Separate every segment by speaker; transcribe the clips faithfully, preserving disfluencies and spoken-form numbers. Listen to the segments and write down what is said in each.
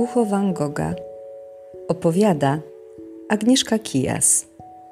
Speaker 1: Ucho Van Gogha. Opowiada Agnieszka Kijas.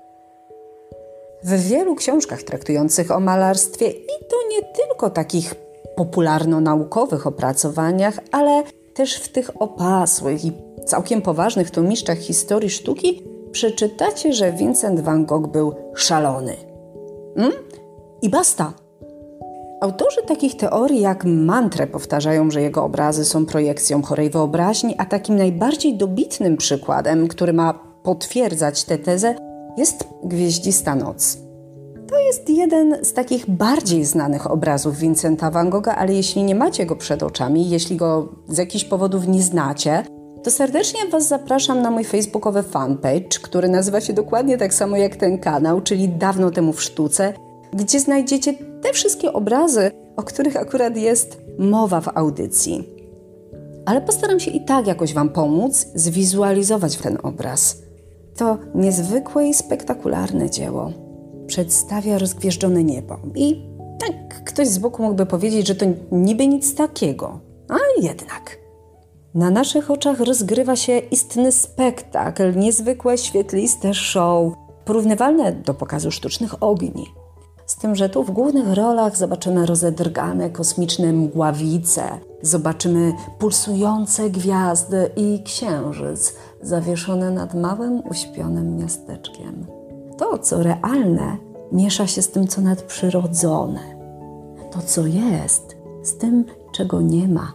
Speaker 2: W wielu książkach traktujących o malarstwie, i to nie tylko takich popularno-naukowych opracowaniach, ale też w tych opasłych i całkiem poważnych tomiszczach historii sztuki, przeczytacie, że Vincent van Gogh był szalony. Hmm? I basta. Autorzy takich teorii jak mantrę powtarzają, że jego obrazy są projekcją chorej wyobraźni, a takim najbardziej dobitnym przykładem, który ma potwierdzać tę tezę, jest Gwieździsta noc. To jest jeden z takich bardziej znanych obrazów Vincenta van Gogha, ale jeśli nie macie go przed oczami, jeśli go z jakichś powodów nie znacie, to serdecznie Was zapraszam na mój facebookowy fanpage, który nazywa się dokładnie tak samo jak ten kanał, czyli Dawno temu w sztuce, gdzie znajdziecie te wszystkie obrazy, o których akurat jest mowa w audycji. Ale postaram się i tak jakoś Wam pomóc zwizualizować ten obraz. To niezwykłe i spektakularne dzieło. Przedstawia rozgwieżdżone niebo. I tak ktoś z boku mógłby powiedzieć, że to niby nic takiego. A jednak. Na naszych oczach rozgrywa się istny spektakl, niezwykłe, świetliste show, porównywalne do pokazu sztucznych ogni. Z tym, że tu w głównych rolach zobaczymy rozedrgane kosmiczne mgławice, zobaczymy pulsujące gwiazdy i księżyc zawieszony nad małym, uśpionym miasteczkiem. To, co realne, miesza się z tym, co nadprzyrodzone. To, co jest, z tym, czego nie ma.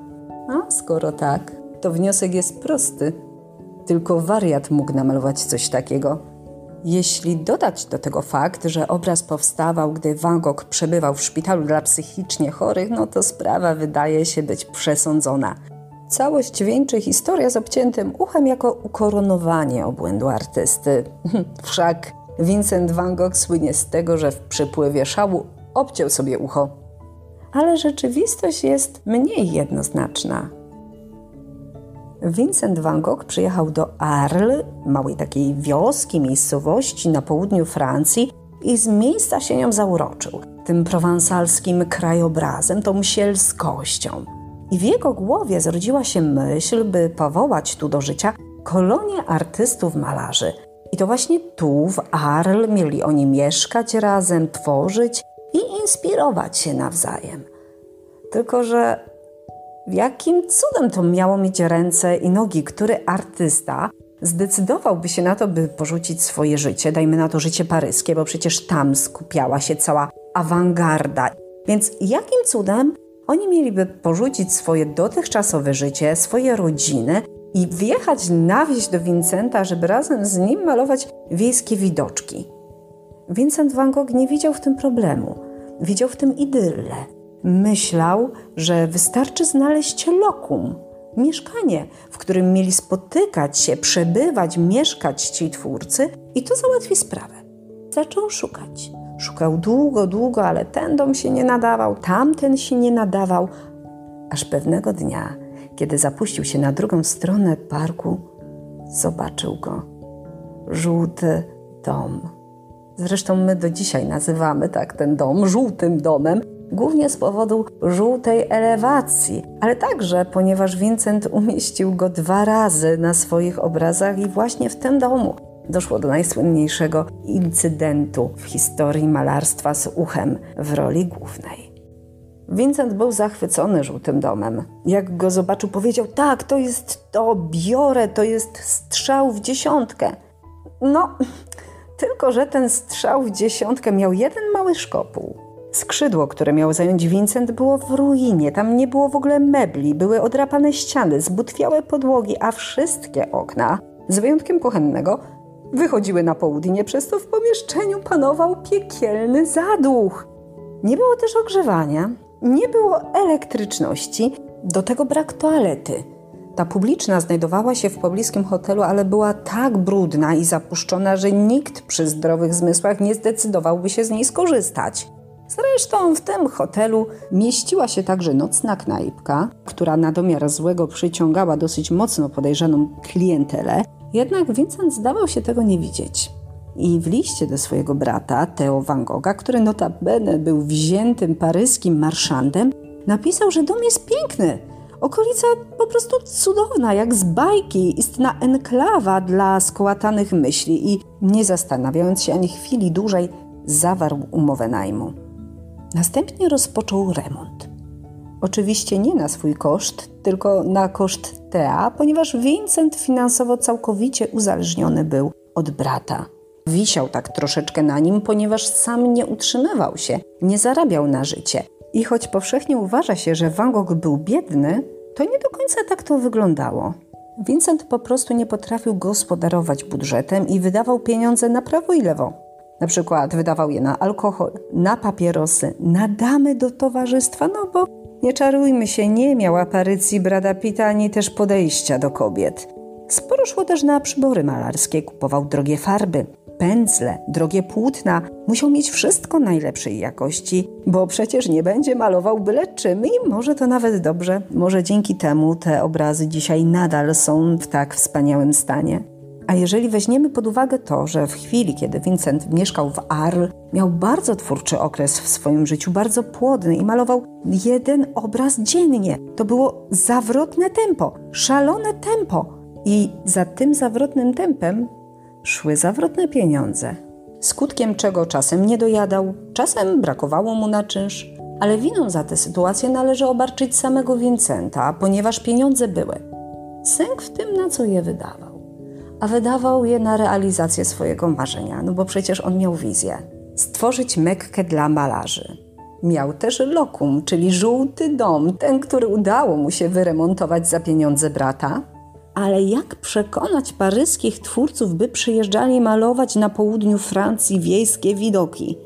Speaker 2: A skoro tak, to wniosek jest prosty. Tylko wariat mógł namalować coś takiego. Jeśli dodać do tego fakt, że obraz powstawał, gdy Van Gogh przebywał w szpitalu dla psychicznie chorych, no to sprawa wydaje się być przesądzona. Całość wieńczy historia z obciętym uchem jako ukoronowanie obłędu artysty. Wszak Vincent van Gogh słynie z tego, że w przypływie szału obciął sobie ucho. Ale rzeczywistość jest mniej jednoznaczna. Vincent van Gogh przyjechał do Arles, małej takiej wioski, miejscowości na południu Francji, i z miejsca się nią zauroczył. Tym prowansalskim krajobrazem, tą sielskością. I w jego głowie zrodziła się myśl, by powołać tu do życia kolonię artystów malarzy. I to właśnie tu, w Arles, mieli oni mieszkać razem, tworzyć i inspirować się nawzajem. Tylko że jakim cudem to miało mieć ręce i nogi, który artysta zdecydowałby się na to, by porzucić swoje życie, dajmy na to życie paryskie, bo przecież tam skupiała się cała awangarda. Więc jakim cudem oni mieliby porzucić swoje dotychczasowe życie, swoje rodziny i wjechać na wieś do Vincenta, żeby razem z nim malować wiejskie widoczki? Vincent van Gogh nie widział w tym problemu. Widział w tym idyllę. Myślał, że wystarczy znaleźć lokum, mieszkanie, w którym mieli spotykać się, przebywać, mieszkać ci twórcy, i to załatwi sprawę. Zaczął szukać. Szukał długo, długo, ale ten dom się nie nadawał, tamten się nie nadawał. Aż pewnego dnia, kiedy zapuścił się na drugą stronę parku, zobaczył go. Żółty dom. Zresztą my do dzisiaj nazywamy tak ten dom żółtym domem, głównie z powodu żółtej elewacji, ale także ponieważ Vincent umieścił go dwa razy na swoich obrazach i właśnie w tym domu doszło do najsłynniejszego incydentu w historii malarstwa z uchem w roli głównej. Vincent był zachwycony żółtym domem. Jak go zobaczył, powiedział: tak, to jest to, biorę, to jest strzał w dziesiątkę. No, tylko że ten strzał w dziesiątkę miał jeden mały szkopuł. Skrzydło, które miał zająć Vincent, było w ruinie. Tam nie było w ogóle mebli, były odrapane ściany, zbutwiałe podłogi, a wszystkie okna, z wyjątkiem kuchennego, wychodziły na południe, przez to w pomieszczeniu panował piekielny zaduch. Nie było też ogrzewania, nie było elektryczności, do tego brak toalety. Ta publiczna znajdowała się w pobliskim hotelu, ale była tak brudna i zapuszczona, że nikt przy zdrowych zmysłach nie zdecydowałby się z niej skorzystać. Zresztą w tym hotelu mieściła się także nocna knajpka, która na domiar złego przyciągała dosyć mocno podejrzaną klientelę, jednak Vincent zdawał się tego nie widzieć. I w liście do swojego brata, Theo van Gogha, który notabene był wziętym paryskim marszandem, napisał, że dom jest piękny. Okolica po prostu cudowna, jak z bajki, istna enklawa dla skołatanych myśli i nie zastanawiając się ani chwili dłużej, zawarł umowę najmu. Następnie rozpoczął remont. Oczywiście nie na swój koszt, tylko na koszt Thea, ponieważ Vincent finansowo całkowicie uzależniony był od brata. Wisiał tak troszeczkę na nim, ponieważ sam nie utrzymywał się, nie zarabiał na życie. I choć powszechnie uważa się, że Van Gogh był biedny, to nie do końca tak to wyglądało. Vincent po prostu nie potrafił gospodarować budżetem i wydawał pieniądze na prawo i lewo. Na przykład wydawał je na alkohol, na papierosy, na damy do towarzystwa, no bo nie czarujmy się, nie miał aparycji Brada Pitta ani też podejścia do kobiet. Sporo szło też na przybory malarskie, kupował drogie farby, pędzle, drogie płótna. Musiał mieć wszystko najlepszej jakości, bo przecież nie będzie malował byle czym i może to nawet dobrze. Może dzięki temu te obrazy dzisiaj nadal są w tak wspaniałym stanie. A jeżeli weźmiemy pod uwagę to, że w chwili, kiedy Vincent mieszkał w Arles, miał bardzo twórczy okres w swoim życiu, bardzo płodny i malował jeden obraz dziennie. To było zawrotne tempo, szalone tempo. I za tym zawrotnym tempem szły zawrotne pieniądze. Skutkiem czego czasem nie dojadał, czasem brakowało mu na czynsz, ale winą za tę sytuację należy obarczyć samego Vincenta, ponieważ pieniądze były. Sęk w tym, na co je wydawał. A wydawał je na realizację swojego marzenia, no bo przecież on miał wizję. Stworzyć Mekkę dla malarzy. Miał też lokum, czyli żółty dom, ten, który udało mu się wyremontować za pieniądze brata. Ale jak przekonać paryskich twórców, by przyjeżdżali malować na południu Francji wiejskie widoki?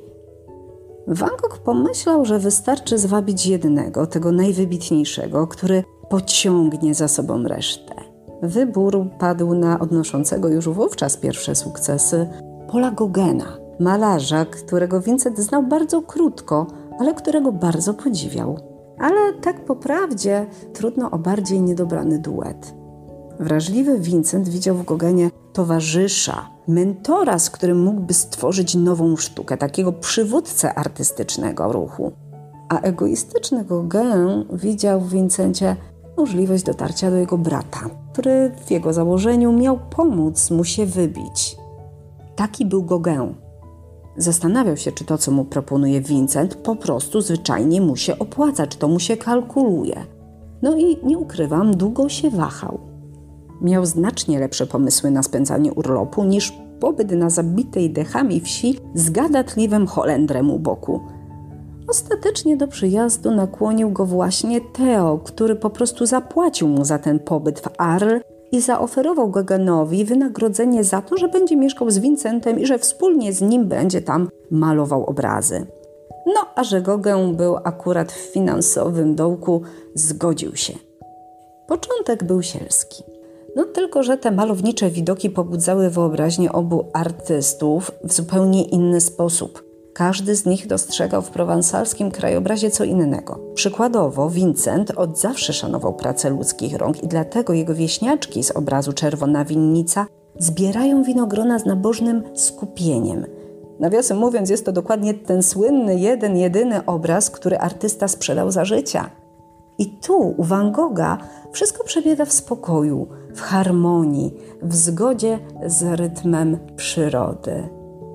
Speaker 2: Van Gogh pomyślał, że wystarczy zwabić jednego, tego najwybitniejszego, który pociągnie za sobą resztę. Wybór padł na odnoszącego już wówczas pierwsze sukcesy Paula Gauguina, malarza, którego Vincent znał bardzo krótko, ale którego bardzo podziwiał. Ale tak po prawdzie trudno o bardziej niedobrany duet. Wrażliwy Vincent widział w Gauguinie towarzysza, mentora, z którym mógłby stworzyć nową sztukę, takiego przywódcę artystycznego ruchu. A egoistyczny Gauguin widział w Vincencie możliwość dotarcia do jego brata, który w jego założeniu miał pomóc mu się wybić. Taki był Gauguin. Zastanawiał się, czy to, co mu proponuje Vincent, po prostu zwyczajnie mu się opłaca, czy to mu się kalkuluje. No i nie ukrywam, długo się wahał. Miał znacznie lepsze pomysły na spędzanie urlopu niż pobyt na zabitej dechami wsi z gadatliwym Holendrem u boku. Ostatecznie do przyjazdu nakłonił go właśnie Theo, który po prostu zapłacił mu za ten pobyt w Arles i zaoferował Gauguinowi wynagrodzenie za to, że będzie mieszkał z Vincentem i że wspólnie z nim będzie tam malował obrazy. No, a że Gauguin był akurat w finansowym dołku, zgodził się. Początek był sielski. No tylko, że te malownicze widoki pobudzały wyobraźnię obu artystów w zupełnie inny sposób. Każdy z nich dostrzegał w prowansalskim krajobrazie co innego. Przykładowo Vincent od zawsze szanował pracę ludzkich rąk i dlatego jego wieśniaczki z obrazu Czerwona winnica zbierają winogrona z nabożnym skupieniem. Nawiasem mówiąc, jest to dokładnie ten słynny, jeden, jedyny obraz, który artysta sprzedał za życia. I tu, u Van Gogha, wszystko przebiega w spokoju, w harmonii, w zgodzie z rytmem przyrody.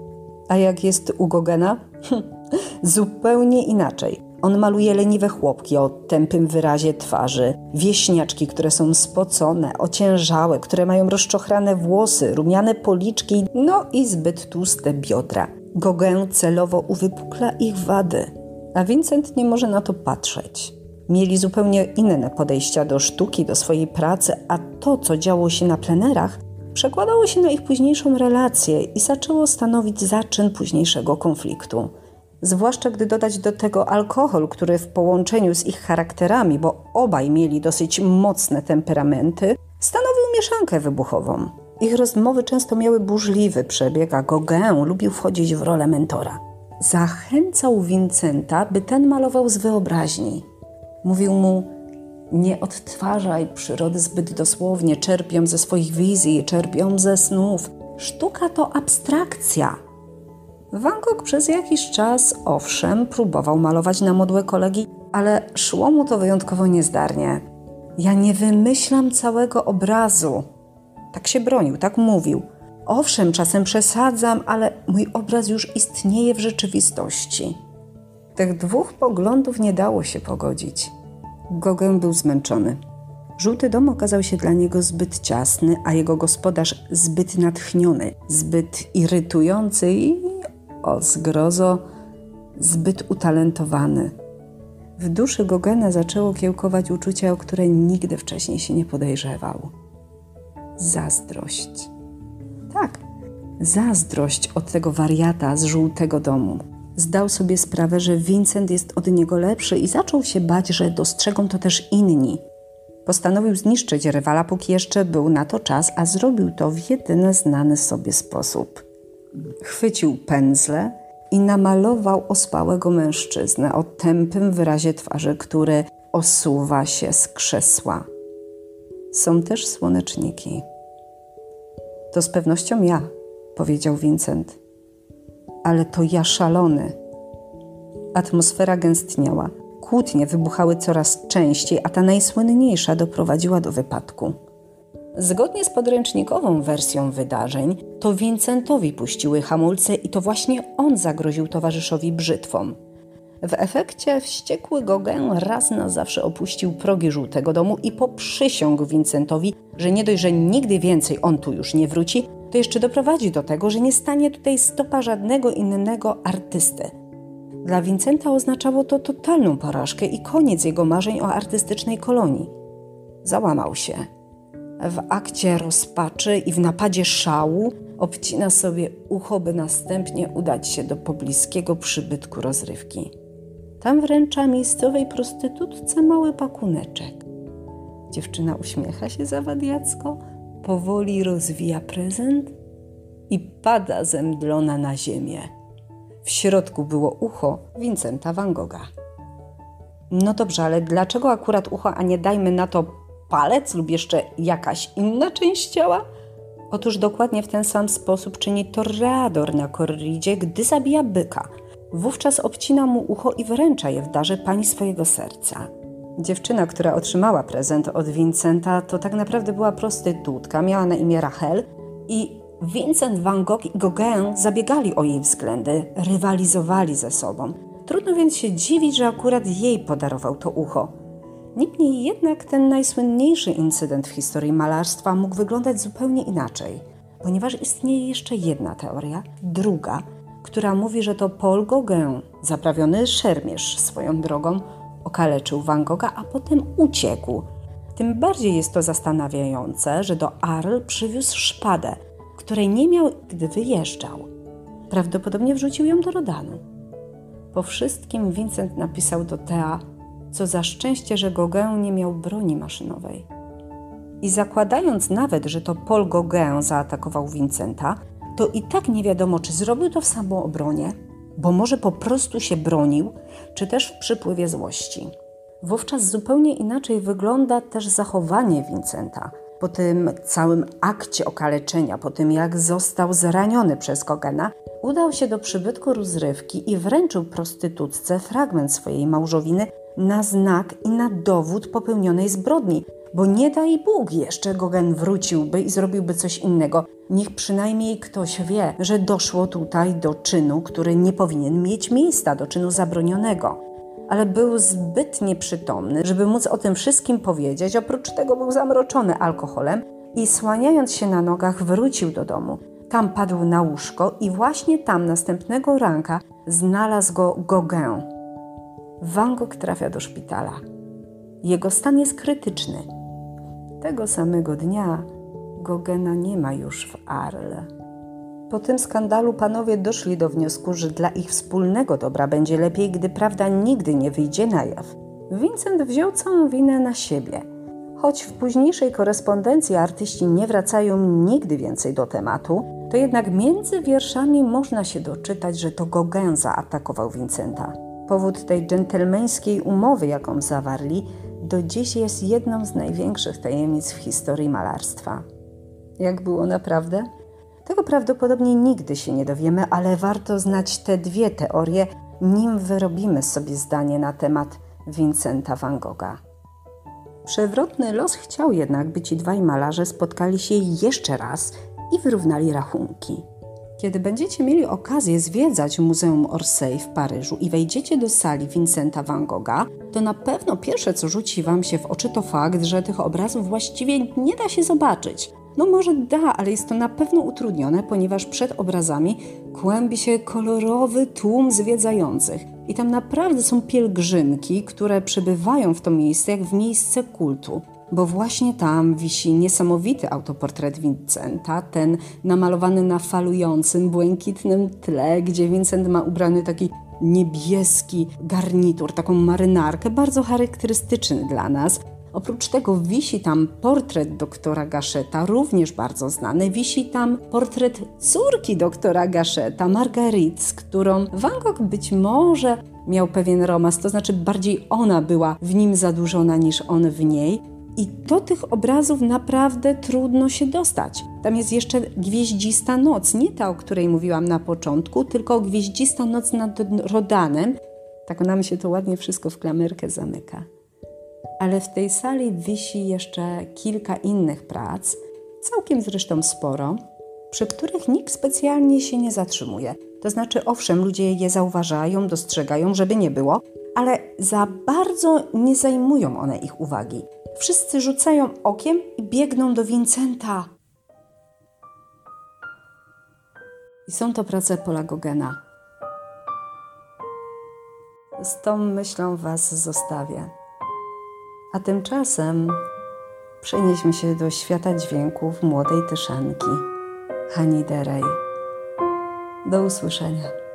Speaker 2: A jak jest u Gauguina? Zupełnie inaczej. On maluje leniwe chłopki o tępym wyrazie twarzy, wieśniaczki, które są spocone, ociężałe, które mają rozczochrane włosy, rumiane policzki, no i zbyt tłuste biodra. Gauguin celowo uwypukla ich wady, a Vincent nie może na to patrzeć. Mieli zupełnie inne podejścia do sztuki, do swojej pracy, a to, co działo się na plenerach, przekładało się na ich późniejszą relację i zaczęło stanowić zaczyn późniejszego konfliktu. Zwłaszcza gdy dodać do tego alkohol, który w połączeniu z ich charakterami, bo obaj mieli dosyć mocne temperamenty, stanowił mieszankę wybuchową. Ich rozmowy często miały burzliwy przebieg, a Gauguin lubił wchodzić w rolę mentora. Zachęcał Vincenta, by ten malował z wyobraźni. Mówił mu: nie odtwarzaj przyrody zbyt dosłownie, czerpią ze swoich wizji, czerpią ze snów. Sztuka to abstrakcja. Van Gogh przez jakiś czas, owszem, próbował malować na modłę kolegi, ale szło mu to wyjątkowo niezdarnie. Ja nie wymyślam całego obrazu. Tak się bronił, tak mówił. Owszem, czasem przesadzam, ale mój obraz już istnieje w rzeczywistości. Tych dwóch poglądów nie dało się pogodzić. Gauguin był zmęczony. Żółty dom okazał się dla niego zbyt ciasny, a jego gospodarz zbyt natchniony, zbyt irytujący i, o zgrozo, zbyt utalentowany. W duszy Gauguina zaczęło kiełkować uczucie, o które nigdy wcześniej się nie podejrzewał. Zazdrość. Tak, zazdrość od tego wariata z żółtego domu. Zdał sobie sprawę, że Vincent jest od niego lepszy i zaczął się bać, że dostrzegą to też inni. Postanowił zniszczyć rywala, póki jeszcze był na to czas, a zrobił to w jedyny znany sobie sposób. Chwycił pędzle i namalował ospałego mężczyznę o tępym wyrazie twarzy, który osuwa się z krzesła. Są też słoneczniki. To z pewnością ja, powiedział Vincent. Ale to ja szalony. Atmosfera gęstniała. Kłótnie wybuchały coraz częściej, a ta najsłynniejsza doprowadziła do wypadku. Zgodnie z podręcznikową wersją wydarzeń, to Vincentowi puściły hamulce i to właśnie on zagroził towarzyszowi brzytwą. W efekcie wściekły Gauguin raz na zawsze opuścił progi żółtego domu i poprzysiągł Vincentowi, że nie dość, że nigdy więcej on tu już nie wróci, to jeszcze doprowadzi do tego, że nie stanie tutaj stopa żadnego innego artysty. Dla Vincenta oznaczało to totalną porażkę i koniec jego marzeń o artystycznej kolonii. Załamał się. W akcie rozpaczy i w napadzie szału obcina sobie ucho, by następnie udać się do pobliskiego przybytku rozrywki. Tam wręcza miejscowej prostytutce mały pakuneczek. Dziewczyna uśmiecha się zawadiacko, powoli rozwija prezent i pada zemdlona na ziemię. W środku było ucho Vincenta van Gogha. No dobrze, ale dlaczego akurat ucho, a nie dajmy na to palec lub jeszcze jakaś inna część ciała? Otóż dokładnie w ten sam sposób czyni toreador na korridzie, gdy zabija byka. Wówczas obcina mu ucho i wręcza je w darze pani swojego serca. Dziewczyna, która otrzymała prezent od Vincenta, to tak naprawdę była prostytutka, miała na imię Rachel i Vincent van Gogh i Gauguin zabiegali o jej względy, rywalizowali ze sobą. Trudno więc się dziwić, że akurat jej podarował to ucho. Niemniej jednak ten najsłynniejszy incydent w historii malarstwa mógł wyglądać zupełnie inaczej, ponieważ istnieje jeszcze jedna teoria, druga, która mówi, że to Paul Gauguin, zaprawiony szermierz swoją drogą, okaleczył Van Gogha, a potem uciekł. Tym bardziej jest to zastanawiające, że do Arles przywiózł szpadę, której nie miał, gdy wyjeżdżał. Prawdopodobnie wrzucił ją do Rodanu. Po wszystkim Vincent napisał do Thea, co za szczęście, że Gauguin nie miał broni maszynowej. I zakładając nawet, że to Paul Gauguin zaatakował Vincenta, to i tak nie wiadomo, czy zrobił to w samoobronie, bo może po prostu się bronił, czy też w przypływie złości. Wówczas zupełnie inaczej wygląda też zachowanie Vincenta. Po tym całym akcie okaleczenia, po tym jak został zraniony przez Gauguina, udał się do przybytku rozrywki i wręczył prostytutce fragment swojej małżowiny na znak i na dowód popełnionej zbrodni, bo nie daj Bóg jeszcze Gauguin wróciłby i zrobiłby coś innego. Niech przynajmniej ktoś wie, że doszło tutaj do czynu, który nie powinien mieć miejsca, do czynu zabronionego. Ale był zbyt nieprzytomny, żeby móc o tym wszystkim powiedzieć. Oprócz tego był zamroczony alkoholem i słaniając się na nogach wrócił do domu. Tam padł na łóżko i właśnie tam następnego ranka znalazł go Gauguin. Van Gogh trafia do szpitala. Jego stan jest krytyczny. Tego samego dnia Gauguina nie ma już w Arles. Po tym skandalu panowie doszli do wniosku, że dla ich wspólnego dobra będzie lepiej, gdy prawda nigdy nie wyjdzie na jaw. Vincent wziął całą winę na siebie. Choć w późniejszej korespondencji artyści nie wracają nigdy więcej do tematu, to jednak między wierszami można się doczytać, że to Gauguin zaatakował Vincenta. Powód tej dżentelmeńskiej umowy, jaką zawarli, do dziś jest jedną z największych tajemnic w historii malarstwa. Jak było naprawdę? Tego prawdopodobnie nigdy się nie dowiemy, ale warto znać te dwie teorie, nim wyrobimy sobie zdanie na temat Vincenta van Gogha. Przewrotny los chciał jednak, by ci dwaj malarze spotkali się jeszcze raz i wyrównali rachunki. Kiedy będziecie mieli okazję zwiedzać Muzeum Orsay w Paryżu i wejdziecie do sali Vincenta van Gogha, to na pewno pierwsze, co rzuci wam się w oczy, to fakt, że tych obrazów właściwie nie da się zobaczyć. No może da, ale jest to na pewno utrudnione, ponieważ przed obrazami kłębi się kolorowy tłum zwiedzających. I tam naprawdę są pielgrzymki, które przybywają w to miejsce jak w miejsce kultu. Bo właśnie tam wisi niesamowity autoportret Vincenta, ten namalowany na falującym, błękitnym tle, gdzie Vincent ma ubrany taki niebieski garnitur, taką marynarkę, bardzo charakterystyczny dla nas. Oprócz tego wisi tam portret doktora Gacheta, również bardzo znany. Wisi tam portret córki doktora Gacheta, Marguerite, z którą Van Gogh być może miał pewien romans, to znaczy bardziej ona była w nim zadłużona niż on w niej. I do tych obrazów naprawdę trudno się dostać. Tam jest jeszcze Gwieździsta noc, nie ta, o której mówiłam na początku, tylko Gwieździsta noc nad Rodanem. Tak nam się to ładnie wszystko w klamerkę zamyka. Ale w tej sali wisi jeszcze kilka innych prac, całkiem zresztą sporo, przy których nikt specjalnie się nie zatrzymuje. To znaczy, owszem, ludzie je zauważają, dostrzegają, żeby nie było, ale za bardzo nie zajmują one ich uwagi. Wszyscy rzucają okiem i biegną do Vincenta. I są to prace Paula Gaugena. Z tą myślą was zostawię. A tymczasem przenieśmy się do świata dźwięków młodej Tyszanki, Hani Derej. Do usłyszenia.